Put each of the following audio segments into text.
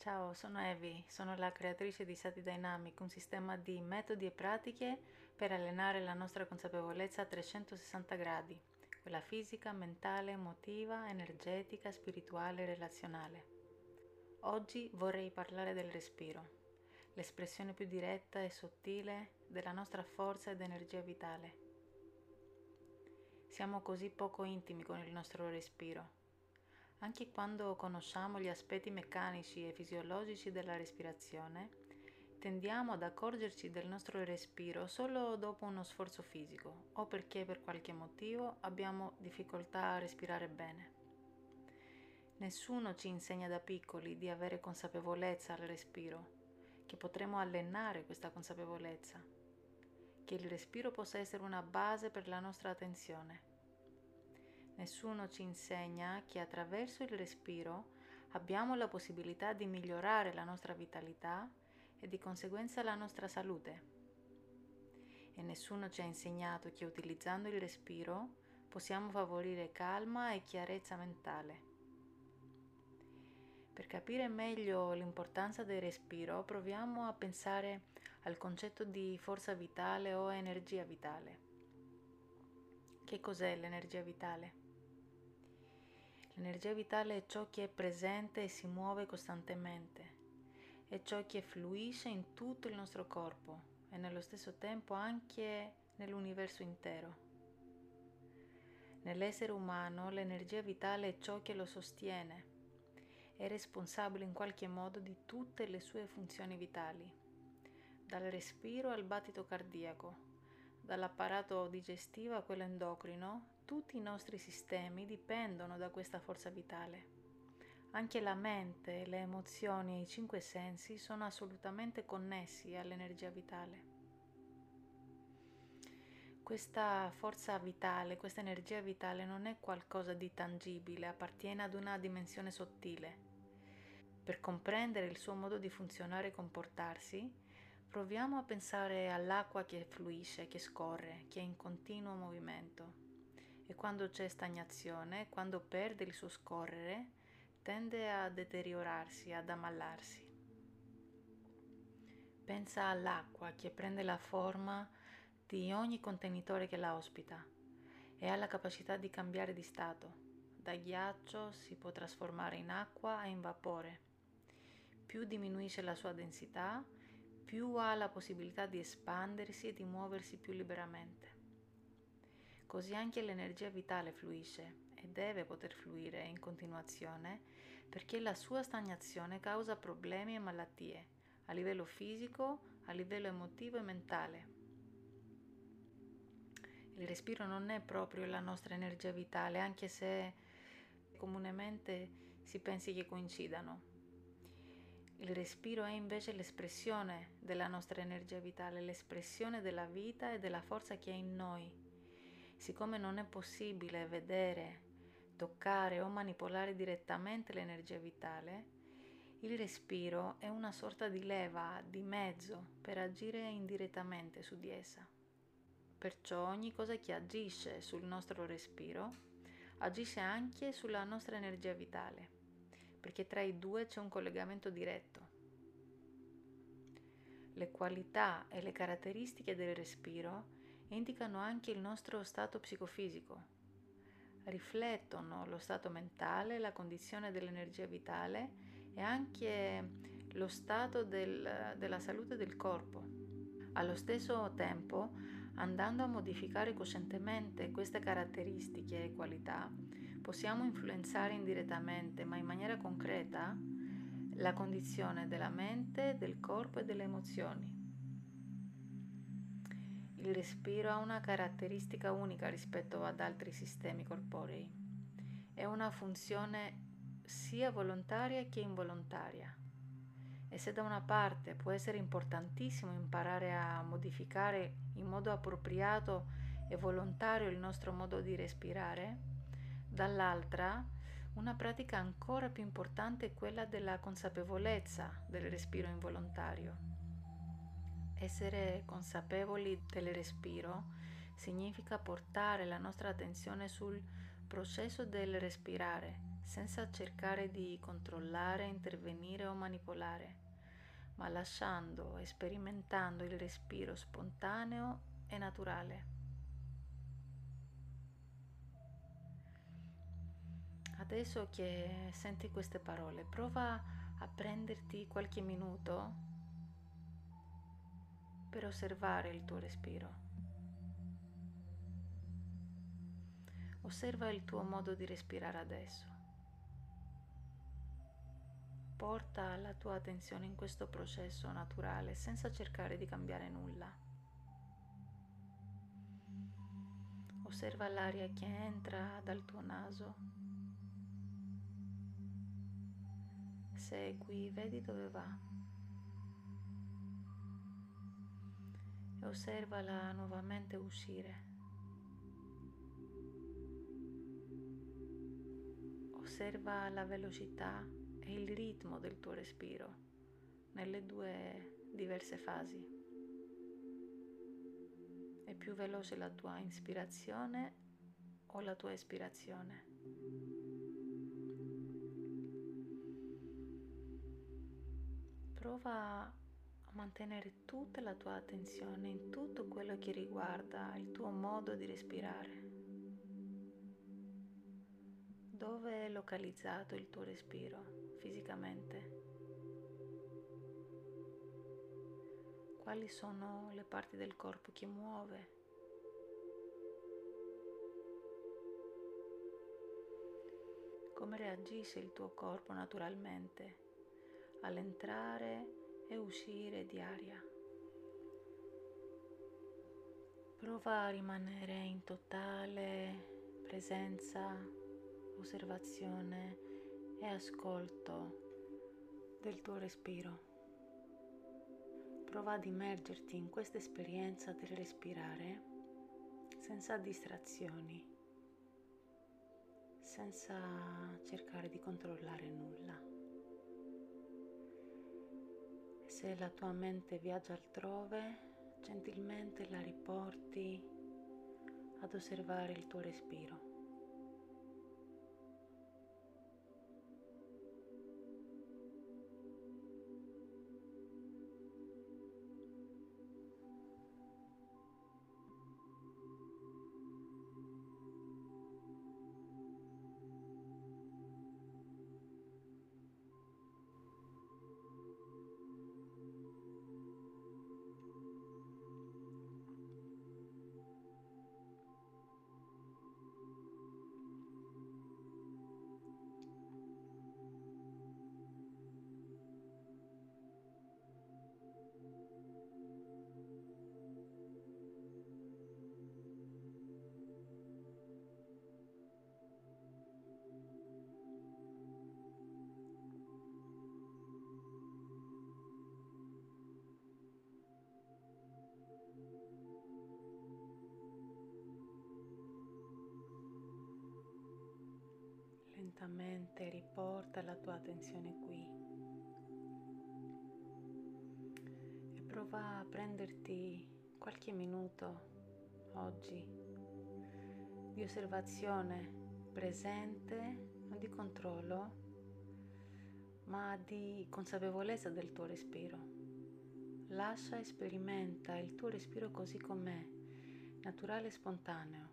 Ciao, sono Evi, sono la creatrice di Sati Dynamic, un sistema di metodi e pratiche per allenare la nostra consapevolezza a 360 gradi, quella fisica, mentale, emotiva, energetica, spirituale e relazionale. Oggi vorrei parlare del respiro, l'espressione più diretta e sottile della nostra forza ed energia vitale. Siamo così poco intimi con il nostro respiro. Anche quando conosciamo gli aspetti meccanici e fisiologici della respirazione, tendiamo ad accorgerci del nostro respiro solo dopo uno sforzo fisico o perché per qualche motivo abbiamo difficoltà a respirare bene. Nessuno ci insegna da piccoli di avere consapevolezza al respiro, che potremo allenare questa consapevolezza, che il respiro possa essere una base per la nostra attenzione. Nessuno ci insegna che attraverso il respiro abbiamo la possibilità di migliorare la nostra vitalità e di conseguenza la nostra salute. E nessuno ci ha insegnato che utilizzando il respiro possiamo favorire calma e chiarezza mentale. Per capire meglio l'importanza del respiro, proviamo a pensare al concetto di forza vitale o energia vitale. Che cos'è l'energia vitale? L'energia vitale è ciò che è presente e si muove costantemente, è ciò che fluisce in tutto il nostro corpo e nello stesso tempo anche nell'universo intero. Nell'essere umano l'energia vitale è ciò che lo sostiene, è responsabile in qualche modo di tutte le sue funzioni vitali, dal respiro al battito cardiaco, dall'apparato digestivo a quello endocrino. Tutti i nostri sistemi dipendono da questa forza vitale. Anche la mente, le emozioni e i cinque sensi sono assolutamente connessi all'energia vitale. Questa forza vitale, questa energia vitale non è qualcosa di tangibile, appartiene ad una dimensione sottile. Per comprendere il suo modo di funzionare e comportarsi, proviamo a pensare all'acqua che fluisce, che scorre, che è in continuo movimento. E quando c'è stagnazione, quando perde il suo scorrere, tende a deteriorarsi, ad ammallarsi. Pensa all'acqua che prende la forma di ogni contenitore che la ospita e ha la capacità di cambiare di stato. Da ghiaccio si può trasformare in acqua e in vapore. Più diminuisce la sua densità, più ha la possibilità di espandersi e di muoversi più liberamente. Così anche l'energia vitale fluisce e deve poter fluire in continuazione perché la sua stagnazione causa problemi e malattie a livello fisico, a livello emotivo e mentale. Il respiro non è proprio la nostra energia vitale, anche se comunemente si pensi che coincidano. Il respiro è invece l'espressione della nostra energia vitale, l'espressione della vita e della forza che è in noi. Siccome non è possibile vedere, toccare o manipolare direttamente l'energia vitale, il respiro è una sorta di leva, di mezzo per agire indirettamente su di essa. Perciò ogni cosa che agisce sul nostro respiro agisce anche sulla nostra energia vitale, perché tra i due c'è un collegamento diretto. Le qualità e le caratteristiche del respiro indicano anche il nostro stato psicofisico, riflettono lo stato mentale, la condizione dell'energia vitale e anche lo stato della salute del corpo. Allo stesso tempo, andando a modificare coscientemente queste caratteristiche e qualità, possiamo influenzare indirettamente, ma in maniera concreta, la condizione della mente, del corpo e delle emozioni. Il respiro ha una caratteristica unica rispetto ad altri sistemi corporei. È una funzione sia volontaria che involontaria. E se da una parte può essere importantissimo imparare a modificare in modo appropriato e volontario il nostro modo di respirare, dall'altra una pratica ancora più importante è quella della consapevolezza del respiro involontario. Essere consapevoli del respiro significa portare la nostra attenzione sul processo del respirare, senza cercare di controllare, intervenire o manipolare, ma lasciando e sperimentando il respiro spontaneo e naturale. Adesso che senti queste parole, prova a prenderti qualche minuto per osservare il tuo respiro. Osserva il tuo modo di respirare adesso. Porta la tua attenzione in questo processo naturale senza cercare di cambiare nulla. Osserva l'aria che entra dal tuo naso. Segui, vedi dove va. E osservala nuovamente uscire. Osserva la velocità e il ritmo del tuo respiro nelle due diverse fasi. È più veloce la tua ispirazione o la tua espirazione? Prova a mantenere tutta la tua attenzione in tutto quello che riguarda il tuo modo di respirare. Dove è localizzato il tuo respiro fisicamente? Quali sono le parti del corpo che muove? Come reagisce il tuo corpo naturalmente all'entrare e uscire di aria? Prova a rimanere in totale presenza, osservazione e ascolto del tuo respiro. Prova ad immergerti in questa esperienza del respirare senza distrazioni, senza cercare di controllare nulla. E se la tua mente viaggia altrove, gentilmente la riporti ad osservare il tuo respiro. Lentamente riporta la tua attenzione qui e prova a prenderti qualche minuto oggi di osservazione presente, non di controllo, ma di consapevolezza del tuo respiro. Lascia e sperimenta il tuo respiro così com'è, naturale e spontaneo.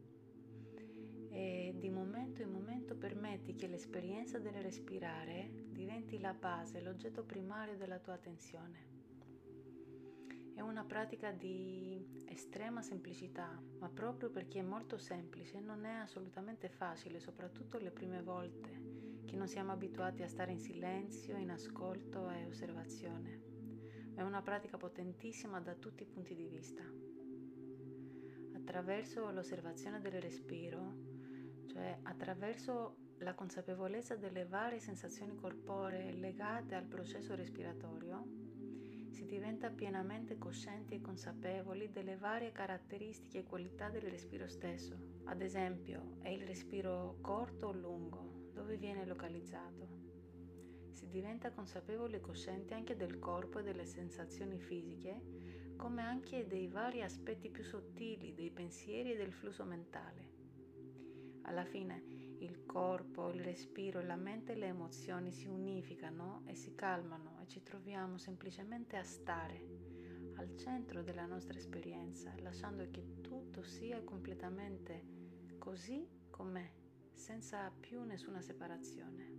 E di momento in momento permetti che l'esperienza del respirare diventi la base, l'oggetto primario della tua attenzione. È una pratica di estrema semplicità, ma proprio perché è molto semplice non è assolutamente facile, soprattutto le prime volte che non siamo abituati a stare in silenzio, in ascolto e osservazione. È una pratica potentissima da tutti i punti di vista. Attraverso l'osservazione del respiro, cioè attraverso la consapevolezza delle varie sensazioni corporee legate al processo respiratorio, si diventa pienamente coscienti e consapevoli delle varie caratteristiche e qualità del respiro stesso. Ad esempio, è il respiro corto o lungo? Dove viene localizzato? Si diventa consapevoli e coscienti anche del corpo e delle sensazioni fisiche, come anche dei vari aspetti più sottili, dei pensieri e del flusso mentale. Alla fine, il corpo, il respiro, la mente e le emozioni si unificano e si calmano e ci troviamo semplicemente a stare al centro della nostra esperienza, lasciando che tutto sia completamente così com'è, senza più nessuna separazione.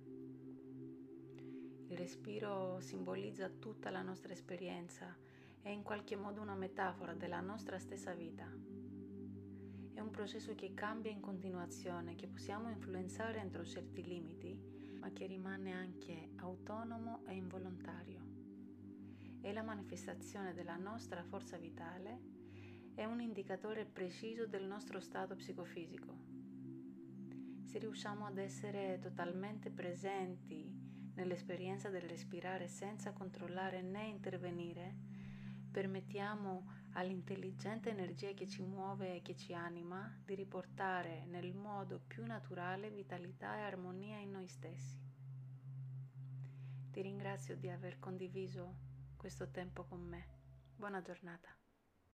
Il respiro simbolizza tutta la nostra esperienza, è in qualche modo una metafora della nostra stessa vita. È un processo che cambia in continuazione, che possiamo influenzare entro certi limiti, ma che rimane anche autonomo e involontario. È la manifestazione della nostra forza vitale, è un indicatore preciso del nostro stato psicofisico. Se riusciamo ad essere totalmente presenti nell'esperienza del respirare senza controllare né intervenire, permettiamo all'intelligente energia che ci muove e che ci anima di riportare nel modo più naturale vitalità e armonia in noi stessi. Ti ringrazio di aver condiviso questo tempo con me. Buona giornata.